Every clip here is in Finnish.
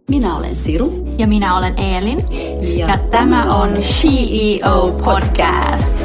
Minä olen Siru. Ja minä olen Eelin. Ja tämä on CEO Podcast.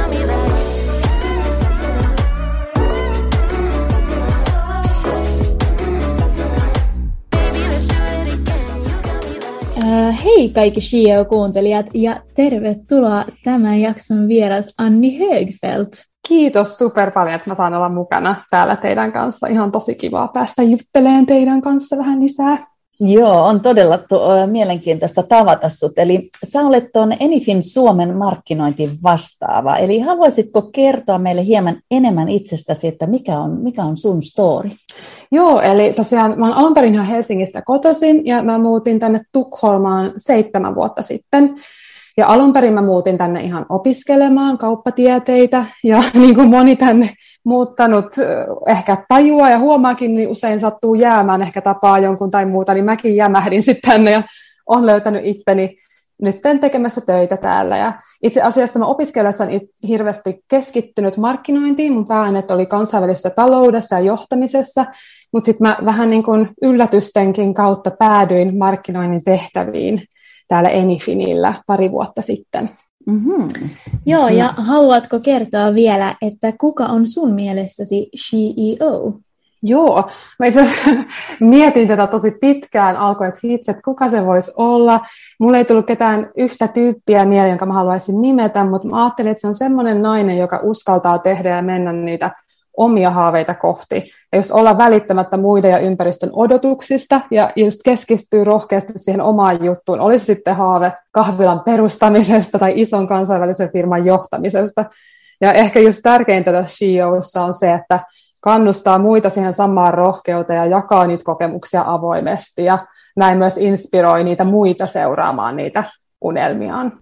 Hei kaikki CEO-kuuntelijat ja tervetuloa tämän jakson vieras Anni Högfeldt. Kiitos super paljon, että mä saan olla mukana täällä teidän kanssa. Ihan tosi kivaa päästä juttelemaan teidän kanssa vähän lisää. Joo, on todella mielenkiintoista tavata sut. Eli sä olet tuon Anyfin Suomen markkinointin vastaava. Eli haluaisitko kertoa meille hieman enemmän itsestäsi, että mikä on sun story? Joo, eli tosiaan mä oon alun perin ihan Helsingistä kotoisin ja mä muutin tänne Tukholmaan 7 vuotta sitten. Ja alun perin mä muutin tänne ihan opiskelemaan kauppatieteitä ja niin kuin moni tänne muuttanut ehkä tajua ja huomaakin, niin usein sattuu jäämään, ehkä tapaa jonkun tai muuta, niin mäkin jämähdin sitten tänne ja olen löytänyt itteni nyt tekemässä töitä täällä. Ja itse asiassa mä opiskellessa olen hirveästi keskittynyt markkinointiin, mun pääaineet oli kansainvälisessä taloudessa ja johtamisessa, mutta sitten mä vähän niin kuin yllätystenkin kautta päädyin markkinoinnin tehtäviin täällä Anyfinillä 2 vuotta sitten. Mm-hmm. Joo, ja haluatko kertoa vielä, että kuka on sun mielestäsi CEO? Joo, mä itse asiassa mietin tätä tosi pitkään, alkoi, että hitsi, että kuka se voisi olla. Mulla ei tullut ketään yhtä tyyppiä mieleen, jonka mä haluaisin nimetä, mutta mä ajattelin, että se on semmoinen nainen, joka uskaltaa tehdä ja mennä niitä omia haaveita kohti. Ja just olla välittämättä muiden ja ympäristön odotuksista ja just keskittyy rohkeasti siihen omaan juttuun. Olisi sitten haave kahvilan perustamisesta tai ison kansainvälisen firman johtamisesta. Ja ehkä just tärkeintä tässä CEOssa on se, että kannustaa muita siihen samaan rohkeuteen ja jakaa niitä kokemuksia avoimesti. Ja näin myös inspiroi niitä muita seuraamaan niitä unelmiaan.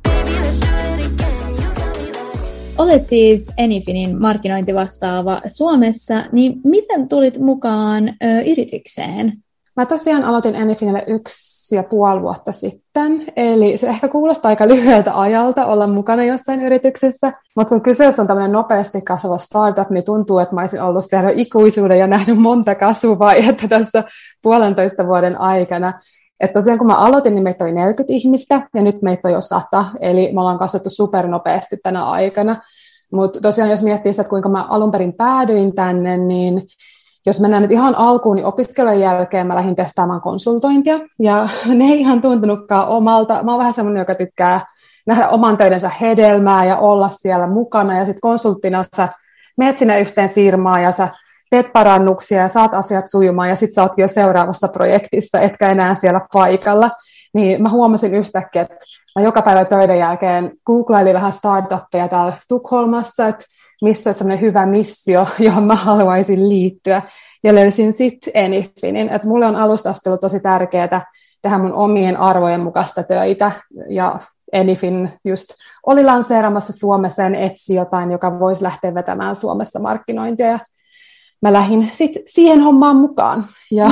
Olet siis Anyfinin markkinointivastaava Suomessa, niin miten tulit mukaan yritykseen? Mä tosiaan aloitin Anyfinille 1,5 vuotta sitten, eli se ehkä kuulostaa aika lyhyeltä ajalta olla mukana jossain yrityksessä, mutta kun kyseessä on tämmöinen nopeasti kasvava startup, niin tuntuu, että mä olisin ollut siellä ikuisuuden ja nähnyt monta kasvuvaihetta tässä 1,5 vuoden aikana. Että tosiaan kun mä aloitin, niin meitä oli 40 ihmistä ja nyt meitä on jo 100, eli me ollaan kasvettu supernopeasti tänä aikana. Mutta tosiaan jos miettii sitä, että kuinka mä alun perin päädyin tänne, niin jos mennään nyt ihan alkuun, niin opiskelun jälkeen mä lähdin testaamaan konsultointia ja ne ei ihan tuntunutkaan omalta. Mä oon vähän semmoinen, joka tykkää nähdä oman töidensä hedelmää ja olla siellä mukana ja sitten konsulttina sä menet sinne yhteen firmaan ja sä teet parannuksia ja saat asiat sujumaan ja sitten sä ootkin jo seuraavassa projektissa, etkä enää siellä paikalla. Niin mä huomasin yhtäkkiä, että mä joka päivä töiden jälkeen googlailin vähän startuppeja täällä Tukholmassa, että missä on sellainen hyvä missio, johon mä haluaisin liittyä. Ja löysin sitten Anyfinin. Että mulle on alusta asti ollut tosi tärkeää tehdä mun omien arvojen mukaista töitä. Ja Anyfin just oli lanseeramassa Suomessa ja etsi jotain, joka voisi lähteä vetämään Suomessa markkinointia. Ja mä lähdin sitten siihen hommaan mukaan. Ja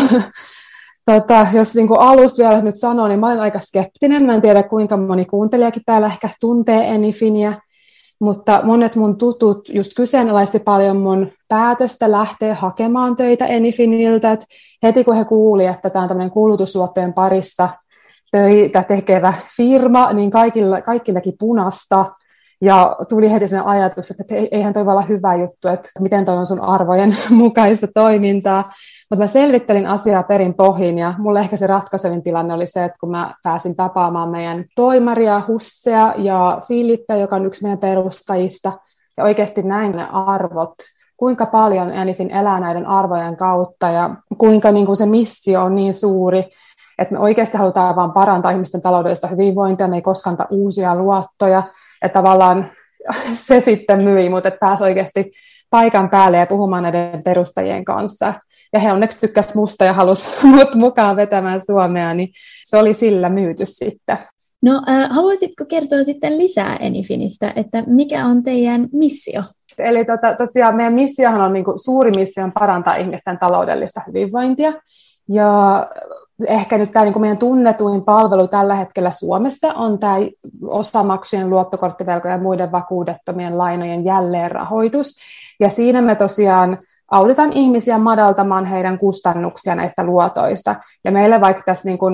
jos niin kuin alusta vielä nyt sanoo, niin mä olen aika skeptinen. Mä en tiedä, kuinka moni kuuntelijakin täällä ehkä tuntee Anyfinia, mutta monet mun tutut just kyseenalaisti paljon mun päätöstä lähteä hakemaan töitä Anyfiniltä. Et heti kun he kuulivat, että tämä on tämmöinen kulutusluottojen parissa töitä tekevä firma, niin kaikki näki punasta. Ja tuli heti sellainen ajatus, että eihän toi voi olla hyvä juttu, että miten toi on sun arvojen mukaista toimintaa. Mutta mä selvittelin asiaa perin pohjin ja mulle ehkä se ratkaisevin tilanne oli se, että kun mä pääsin tapaamaan meidän toimaria Hussea ja Filippe, joka on yksi meidän perustajista, ja oikeasti näin ne arvot, kuinka paljon Anyfin elää näiden arvojen kautta ja kuinka niin kuin se missio on niin suuri, että me oikeasti halutaan vaan parantaa ihmisten taloudellista hyvinvointia, me ei koskaan anta uusia luottoja, että tavallaan se sitten myi, mutta että pääsi oikeasti paikan päälle ja puhumaan näiden perustajien kanssa. Ja he onneksi tykkäsivät musta ja halusivat mut mukaan vetämään Suomea, niin se oli sillä myyty sitten. No, haluaisitko kertoa sitten lisää Anyfinistä, että mikä on teidän missio? Eli tosiaan meidän missiohan on suuri missio on parantaa ihmisten taloudellista hyvinvointia. Ja ehkä nyt tämä meidän tunnetuin palvelu tällä hetkellä Suomessa on tämä osamaksujen, luottokorttivelkojen ja muiden vakuudettomien lainojen jälleenrahoitus. Ja siinä me tosiaan autetaan ihmisiä madaltamaan heidän kustannuksia näistä luotoista. Ja meille vaikka tässä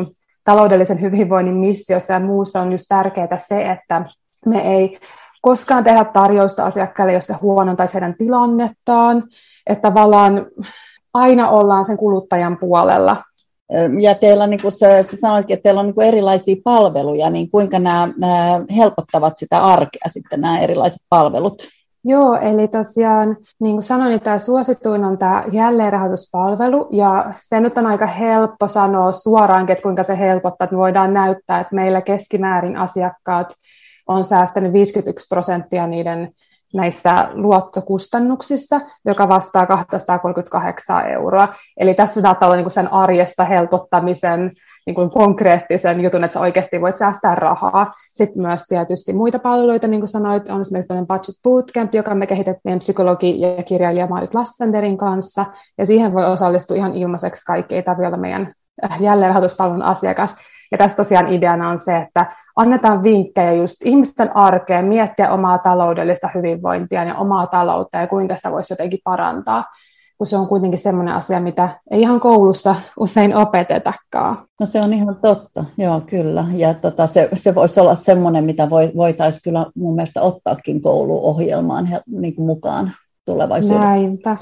taloudellisen hyvinvoinnin missiossa ja muussa on just tärkeää se, että me ei koskaan tehdä tarjousta asiakkaille, jos se huonontaisi heidän tilannettaan, että tavallaan aina ollaan sen kuluttajan puolella. Ja teillä, niin kuin sä sanoitkin, että teillä on niin kuin erilaisia palveluja, niin kuinka nämä helpottavat sitä arkea sitten nämä erilaiset palvelut? Joo, eli tosiaan, niin kuin sanoin, niin tämä suosituin on tämä jälleenrahoituspalvelu, ja se nyt on aika helppo sanoa suoraankin, että kuinka se helpottaa, että me voidaan näyttää, että meillä keskimäärin asiakkaat on säästänyt 51% niiden näissä luottokustannuksissa, joka vastaa 238 €. Eli tässä saattaa olla niin kuin sen arjessa helpottamisen niin kuin konkreettisen jutun, että sä oikeasti voit säästää rahaa. Sitten myös tietysti muita palveluita, niin kuin sanoit, on esimerkiksi tämmöinen Budget Bootcamp, joka me kehitettiin psykologi- ja kirjailija Maarit Lassanderin kanssa, ja siihen voi osallistua ihan ilmaiseksi kaikki, ei tarvitse olla meidän jälleenrahoituspalvelun asiakas. Ja tässä tosiaan ideana on se, että annetaan vinkkejä just ihmisten arkeen, miettiä omaa taloudellista hyvinvointia ja omaa taloutta ja kuinka sitä voisi jotenkin parantaa, kun se on kuitenkin sellainen asia, mitä ei ihan koulussa usein opetetakaan. No se on ihan totta, joo kyllä. Ja se voisi olla semmoinen, mitä voitaisiin kyllä mun mielestä ottaakin kouluohjelmaan niin kuin mukaan tulevaisuudessa. Näinpä.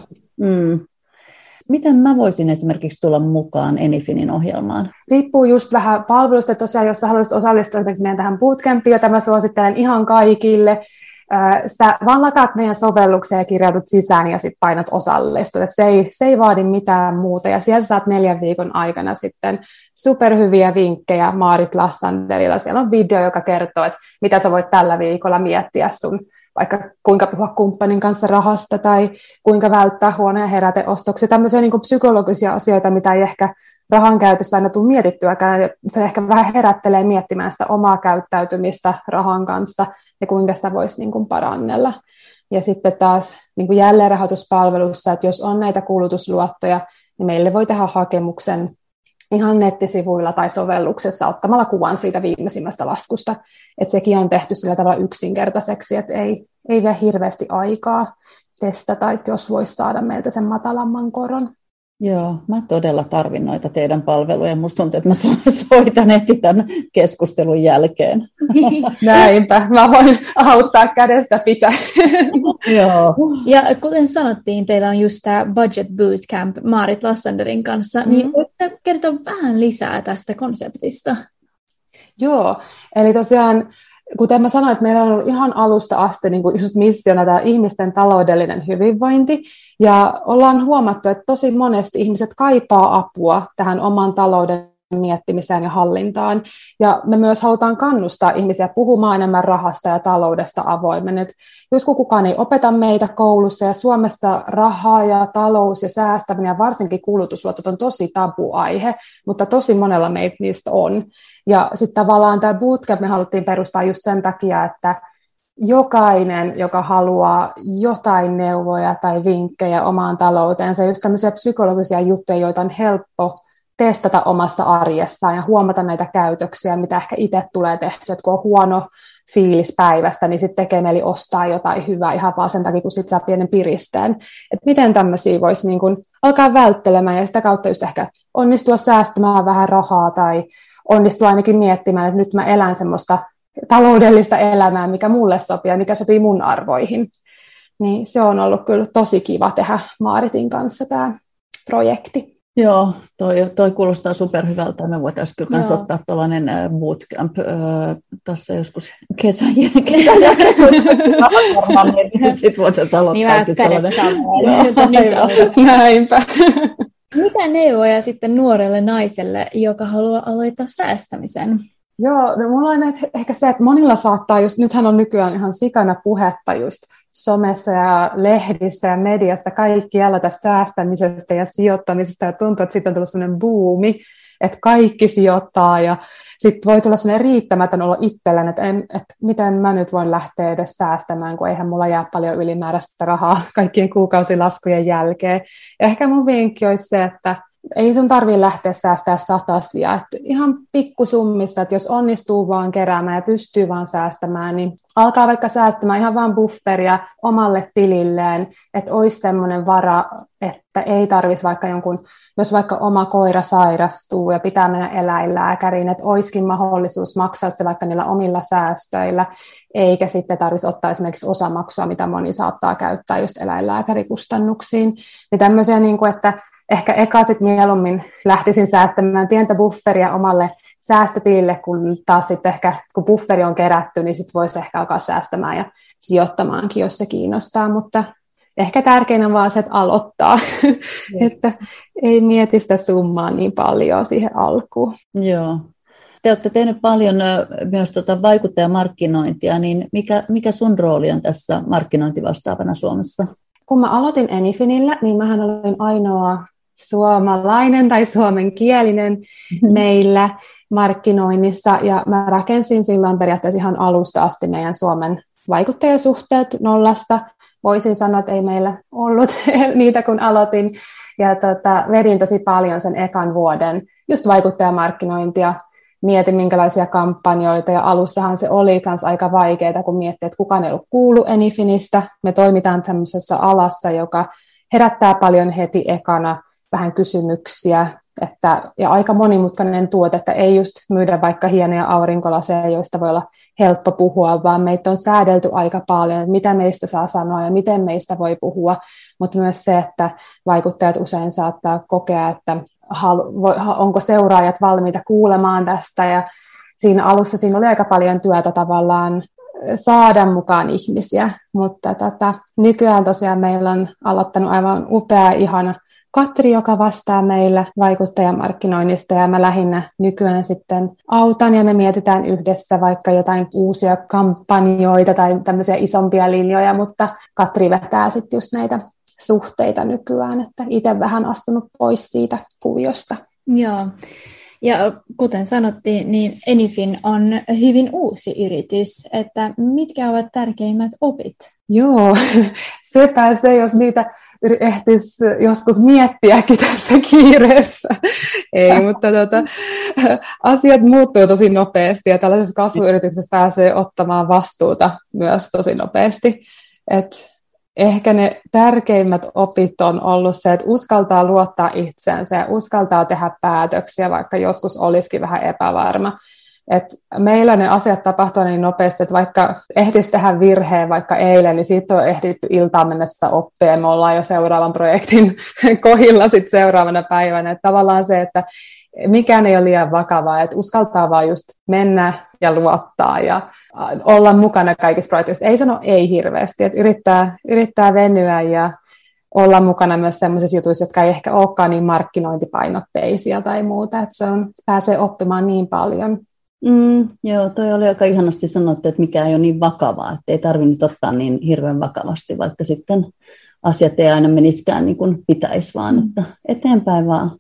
Miten mä voisin esimerkiksi tulla mukaan Anyfinin ohjelmaan? Riippuu just vähän palvelusta. Tosiaan, jos sä haluaisit osallistua esimerkiksi meidän tähän bootcampiin, jota mä suosittelen ihan kaikille, sä vaan lataat meidän sovellukseen ja kirjaudut sisään ja sitten painat osallistua. Se ei vaadi mitään muuta. Ja siellä saat 4 viikon aikana sitten superhyviä vinkkejä Maarit Lassanderilla. Siellä on video, joka kertoo, että mitä sä voit tällä viikolla miettiä sun vaikka kuinka puhua kumppanin kanssa rahasta tai kuinka välttää huonoja heräteostoksia. Tämmöisiä niin kuin psykologisia asioita, mitä ei ehkä rahan käytössä aina tule mietittyäkään. Se ehkä vähän herättelee miettimään sitä omaa käyttäytymistä rahan kanssa ja kuinka sitä voisi niin kuin parannella. Ja sitten taas niin kuin jälleenrahoituspalvelussa, että jos on näitä kulutusluottoja, niin meille voi tehdä hakemuksen ihan nettisivuilla tai sovelluksessa ottamalla kuvan siitä viimeisimmästä laskusta. Että sekin on tehty sillä tavalla yksinkertaiseksi, että ei vie hirveästi aikaa testata, että jos voisi saada meiltä sen matalamman koron. Joo, mä todella tarvin noita teidän palveluja. Musta tuntuu, että mä soitan heti tämän keskustelun jälkeen. Näinpä, mä voin auttaa kädestä pitää. Joo. Ja kuten sanottiin, teillä on just tämä Budget Bootcamp Maarit Lassanderin kanssa, niin voitko sä kertoa vähän lisää tästä konseptista? Joo, eli tosiaan, kuten mä sanoin, että meillä on ollut ihan alusta asti niin kuin just missiona tämä ihmisten taloudellinen hyvinvointi, ja ollaan huomattu, että tosi monesti ihmiset kaipaa apua tähän oman talouden miettimiseen ja hallintaan, ja me myös halutaan kannustaa ihmisiä puhumaan enemmän rahasta ja taloudesta avoimen, että jos kukaan ei opeta meitä koulussa, ja Suomessa raha ja talous ja säästäminen ja varsinkin kulutusluotot on tosi tabuaihe, mutta tosi monella meitä niistä on. Ja sitten tavallaan tämä bootcamp me haluttiin perustaa just sen takia, että jokainen, joka haluaa jotain neuvoja tai vinkkejä omaan talouteensa, just tämmöisiä psykologisia juttuja, joita on helppo testata omassa arjessaan ja huomata näitä käytöksiä, mitä ehkä itse tulee tehtyä, että kun on huono fiilis päivästä, niin sitten tekee mieli ostaa jotain hyvää ihan vaan sen takia, kun sitten saa pienen piristeen. Että miten tämmöisiä voisi niin kun alkaa välttelemään ja sitä kautta just ehkä onnistua säästämään vähän rahaa tai onnistua ainakin miettimään, että nyt mä elän semmoista taloudellista elämää, mikä mulle sopii ja mikä sopii mun arvoihin. Niin se on ollut kyllä tosi kiva tehdä Maaritin kanssa tämä projekti. Joo, toi kuulostaa superhyvältä. Me voitaisiin kyllä kanssa ottaa tuollainen bootcamp tässä joskus kesän jälkeen. Sitten voitaisiin aloittaa sellainen. Näinpä. Mitä neuvoja sitten nuorelle naiselle, joka haluaa aloittaa säästämisen? Joo, no mulla on ehkä se, että monilla saattaa just, nythän on nykyään ihan sikana puhetta just somessa ja lehdissä ja mediassa kaikkialla tästä säästämisestä ja sijoittamisesta, ja tuntuu, että sitten on tullut sellainen buumi, että kaikki sijoittaa, ja sitten voi tulla sellainen riittämätön olo itselleni, että miten mä nyt voin lähteä edes säästämään, kun eihän mulla jää paljon ylimääräistä rahaa kaikkien kuukausilaskujen jälkeen. Ja ehkä mun vinkki olisi se, että ei sun tarvitse lähteä säästää satasia, että ihan pikkusummissa, että jos onnistuu vaan keräämään ja pystyy vaan säästämään, niin alkaa vaikka säästämään ihan vaan bufferia omalle tililleen, että olisi semmoinen vara, että että ei tarvitsisi vaikka jos vaikka oma koira sairastuu ja pitää mennä eläinlääkäriin, että olisikin mahdollisuus maksaa se vaikka niillä omilla säästöillä, eikä sitten tarvitsisi ottaa esimerkiksi osamaksua, mitä moni saattaa käyttää just eläinlääkärikustannuksiin. Niin tämmöisiä, että ehkä eka sitten mieluummin lähtisin säästämään pientä bufferia omalle säästötilille, kun taas sitten ehkä, kun bufferi on kerätty, niin sitten voisi ehkä alkaa säästämään ja sijoittamaankin, jos se kiinnostaa, mutta ehkä tärkein on vaan se, että aloittaa, että ei mieti sitä summaa niin paljon siihen alkuun. Joo. Te olette tehneet paljon myös vaikuttajamarkkinointia, niin mikä sun rooli on tässä markkinointivastaavana Suomessa? Kun mä aloitin Anyfinillä, niin mähän olin ainoa suomalainen tai suomenkielinen meillä markkinoinnissa, ja mä rakensin silloin periaatteessa ihan alusta asti meidän Suomen vaikuttajasuhteet nollasta. Voisin sanoa, että ei meillä ollut niitä, kun aloitin, ja vedin tosi paljon sen ekan vuoden just vaikuttajamarkkinointia, mietin minkälaisia kampanjoita, ja alussahan se oli myös aika vaikeaa, kun miettii, että kukaan ei ollut kuullut Anyfinistä. Me toimitaan tämmöisessä alassa, joka herättää paljon heti ekana vähän kysymyksiä, ja aika monimutkainen tuote, että ei just myydä vaikka hienoja aurinkolaseja, joista voi olla helppo puhua, vaan meitä on säädelty aika paljon, että mitä meistä saa sanoa ja miten meistä voi puhua, mutta myös se, että vaikuttajat usein saattaa kokea, että onko seuraajat valmiita kuulemaan tästä, ja siinä alussa siinä oli aika paljon työtä tavallaan saada mukaan ihmisiä, mutta nykyään tosiaan meillä on aloittanut aivan upea, ihana Katri, joka vastaa meillä vaikuttajamarkkinoinnista, ja mä lähinnä nykyään sitten autan, ja me mietitään yhdessä vaikka jotain uusia kampanjoita tai tämmöisiä isompia linjoja, mutta Katri vetää sitten just näitä suhteita nykyään, että itse vähän astunut pois siitä kuviosta. Joo. Ja kuten sanottiin, niin Anyfin on hyvin uusi yritys, että mitkä ovat tärkeimmät opit? Joo, sepä se, jos niitä ehtisi joskus miettiäkin tässä kiireessä. Ei, mutta asiat muuttuu tosi nopeasti, ja tällaisessa kasvuyrityksessä pääsee ottamaan vastuuta myös tosi nopeasti. Ehkä ne tärkeimmät opit on ollut se, että uskaltaa luottaa itseensä ja uskaltaa tehdä päätöksiä, vaikka joskus olisikin vähän epävarma. Meillä ne asiat tapahtuvat niin nopeasti, että vaikka ehtisi tehdä virheen vaikka eilen, niin siitä on ehditty iltaan mennessä oppia. Me ollaan jo seuraavan projektin kohdilla sit seuraavana päivänä. Että tavallaan se, että mikään ei ole liian vakavaa, että uskaltaa vaan just mennä ja luottaa ja olla mukana kaikissa projekteissa. Ei sano ei hirveästi, että yrittää venyä ja olla mukana myös sellaisissa jutuissa, jotka ei ehkä olekaan niin markkinointipainotteisia tai muuta, että pääsee oppimaan niin paljon. Joo, toi oli aika ihanasti sanottu, että mikä ei ole niin vakavaa, että ei tarvinnut ottaa niin hirveän vakavasti, vaikka sitten asiat ei aina meniskään niin kuin pitäisi, vaan että eteenpäin vaan.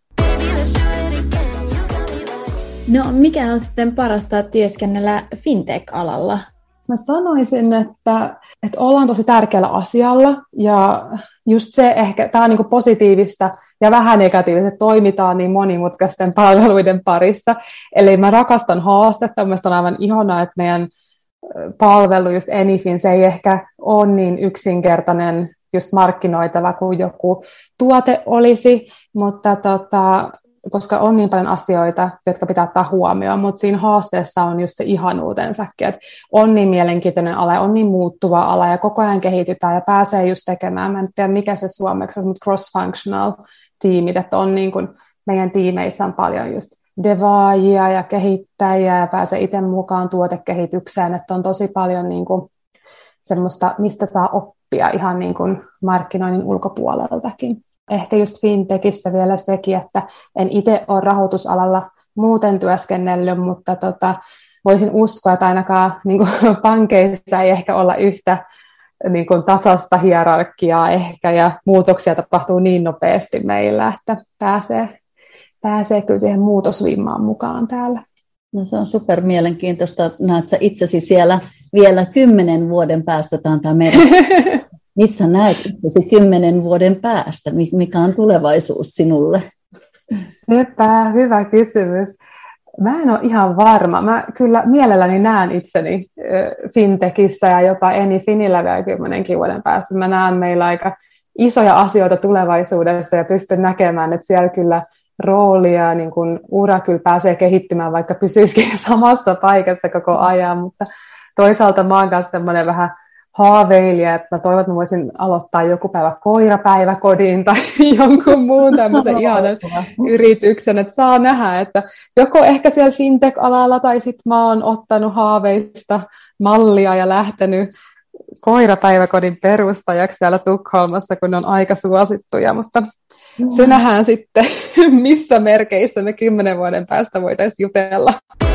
No, mikä on sitten parasta työskennellä fintech-alalla? Mä sanoisin, että ollaan tosi tärkeällä asialla, ja just se ehkä, tämä on niin kuin positiivista ja vähän negatiivista, että toimitaan niin monimutkaisten palveluiden parissa. Eli mä rakastan haastetta, mielestäni on aivan ihanaa, että meidän palvelu, just Anyfin, se ei ehkä ole niin yksinkertainen just markkinoitava kuin joku tuote olisi, mutta koska on niin paljon asioita, jotka pitää ottaa huomioon, mutta siinä haasteessa on just se ihanuutensakin, että on niin mielenkiintoinen ala, on niin muuttuva ala, ja koko ajan kehitytään ja pääsee just tekemään, mä en tiedä mikä se suomeksi on, mutta cross-functional tiimit, että on niin kuin, meidän tiimeissä on paljon just devaajia ja kehittäjiä, ja pääsee itse mukaan tuotekehitykseen, että on tosi paljon niin kuin semmoista, mistä saa oppia ihan niin kuin markkinoinnin ulkopuoleltakin. Ehkä just fintechissä vielä sekin, että en itse ole rahoitusalalla muuten työskennellyt, mutta voisin uskoa, että ainakaan niin kuin pankeissa ei ehkä olla yhtä niin kuin tasaista hierarkiaa ehkä, ja muutoksia tapahtuu niin nopeasti meillä, että pääsee kyllä siihen muutosvimmaan mukaan täällä. No, se on super mielenkiintoista. Näet sä itsesi siellä vielä 10 vuoden päästä, tämä meidän... Missä näet itsesi 10 vuoden päästä? Mikä on tulevaisuus sinulle? Sepä, hyvä kysymys. Mä en ole ihan varma. Mä kyllä mielelläni näen itseni fintechissä ja jopa Anyfinillä vielä 10 vuoden päästä. Mä näen meillä aika isoja asioita tulevaisuudessa ja pystyn näkemään, että siellä kyllä rooli ja niin kuin ura kyllä pääsee kehittymään, vaikka pysyisikin samassa paikassa koko ajan, mutta toisaalta mä oon kanssa semmoinen vähän haaveilija, että mä toivon, että mä voisin aloittaa joku päivä koirapäiväkodin tai jonkun muun tämmöisen ihanan yrityksen, että saa nähdä, että joko ehkä siellä fintech-alalla tai sitten mä oon ottanut haaveista mallia ja lähtenyt koirapäiväkodin perustajaksi siellä Tukholmassa, kun ne on aika suosittuja, mutta se nähdään sitten, missä merkeissä me 10 vuoden päästä voitaisiin jutella.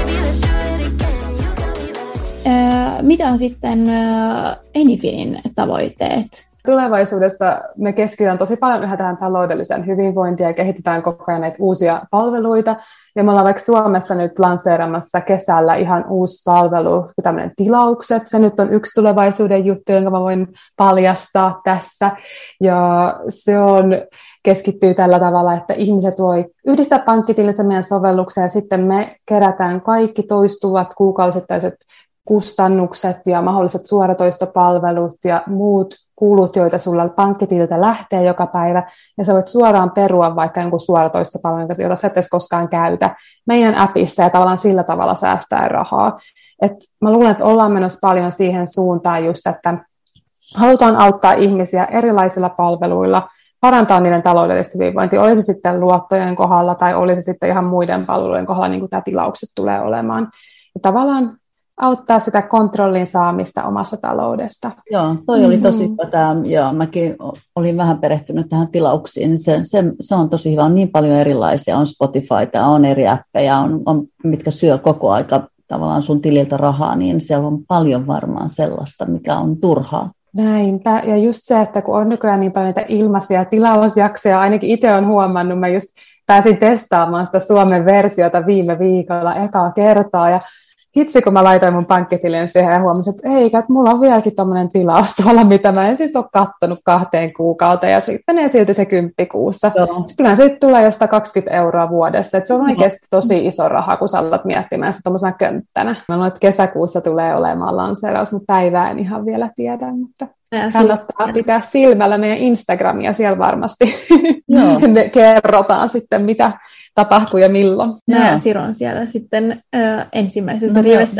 Mitä on sitten Anyfinin tavoitteet? Tulevaisuudessa me keskitytään tosi paljon yhä tähän taloudelliseen hyvinvointiin ja kehitetään koko ajan näitä uusia palveluita. Ja me ollaan vaikka Suomessa nyt lanseeramassa kesällä ihan uusi palvelu, tämmöinen tilaukset. Se nyt on yksi tulevaisuuden juttu, jonka mä voin paljastaa tässä. Ja se keskittyy tällä tavalla, että ihmiset voi yhdistää pankkitilinsä meidän sovellukseen ja sitten me kerätään kaikki toistuvat kuukausittaiset kustannukset ja mahdolliset suoratoistopalvelut ja muut kulut, joita sulla pankkitililtä lähtee joka päivä, ja sä voit suoraan perua vaikka jonkun suoratoistopalvelun, jota sä et edes koskaan käytä meidän appissa ja tavallaan sillä tavalla säästää rahaa. Mä luulen, että ollaan menossa paljon siihen suuntaan just, että halutaan auttaa ihmisiä erilaisilla palveluilla, parantaa niiden taloudellista hyvinvointia, olisi sitten luottojen kohdalla tai olisi sitten ihan muiden palvelujen kohdalla, niin kuin tämä tilaukset tulee olemaan. Ja tavallaan auttaa sitä kontrollin saamista omassa taloudesta. Joo, toi oli tosi hyvä. Joo, mäkin olin vähän perehtynyt tähän tilauksiin. Se on tosi hyvä. On niin paljon erilaisia. On Spotifyta, on eri appeja, on, mitkä syö koko aika tavallaan sun tililtä rahaa, niin siellä on paljon varmaan sellaista, mikä on turhaa. Näinpä. Ja just se, että kun on nykyään niin paljon niitä ilmaisia tilausjaksoja, ainakin itse olen huomannut, mä just pääsin testaamaan sitä Suomen versiota viime viikolla ekaa kertaa, ja hitsi, kun mä laitoin mun pankkitilin siihen ja huomasin, että mulla on vieläkin tommoinen tilaus tuolla, mitä mä en siis ole kattonut 2 kuukauteen, ja sitten menee silti se 10 kuussa. Kyllä siitä tulee jo 120 € vuodessa, että se on oikeasti tosi iso raha, kun sä alat miettimään sitä tommosena könttänä. Mä luulen, että kesäkuussa tulee olemaan lanseeraus, mutta päivää en ihan vielä tiedä, mutta kannattaa pitää silmällä meidän Instagramia, siellä varmasti kerrotaan sitten, mitä tapahtuu ja milloin. Näin Siron siellä sitten ensimmäisessä rivessä.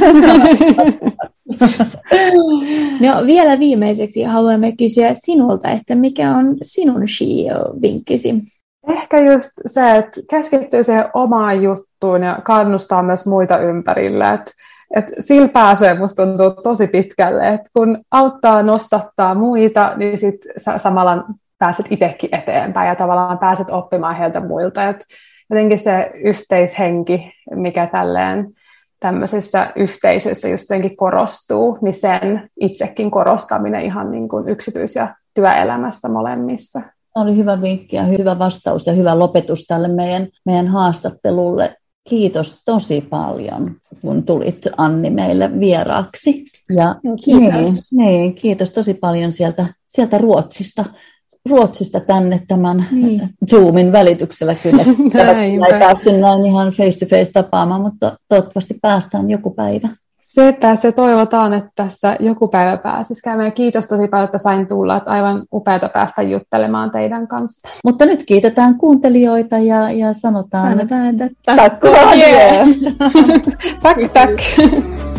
No, vielä viimeiseksi haluamme kysyä sinulta, että mikä on sinun Shio-vinkkisi? Ehkä just se, että keskittyy siihen omaan juttuun ja kannustaa myös muita ympärillä. Että sillä pääsee, musta tuntuu tosi pitkälle, että kun auttaa nostattaa muita, niin sit samalla pääset itsekin eteenpäin ja tavallaan pääset oppimaan heiltä muilta. Et jotenkin se yhteishenki, mikä tämmöisessä yhteisössä just jotenkin korostuu, niin sen itsekin korostaminen ihan niin kuin yksityis- ja työelämässä molemmissa. Tämä oli hyvä vinkki ja hyvä vastaus ja hyvä lopetus tälle meidän haastattelulle. Kiitos tosi paljon, kun tulit, Anni, meille vieraaksi. Ja kiitos. Kiitos tosi paljon sieltä Ruotsista tänne tämän Zoomin välityksellä kyllä. Ei päästy näin ihan face-to-face tapaamaan, mutta toivottavasti päästään joku päivä. Se toivotaan, että tässä joku päivä pääsisi käymään. Kiitos tosi paljon, että sain tulla. Että aivan upeata päästä juttelemaan teidän kanssa. Mutta nyt kiitetään kuuntelijoita ja sanotaan että tack. Tack.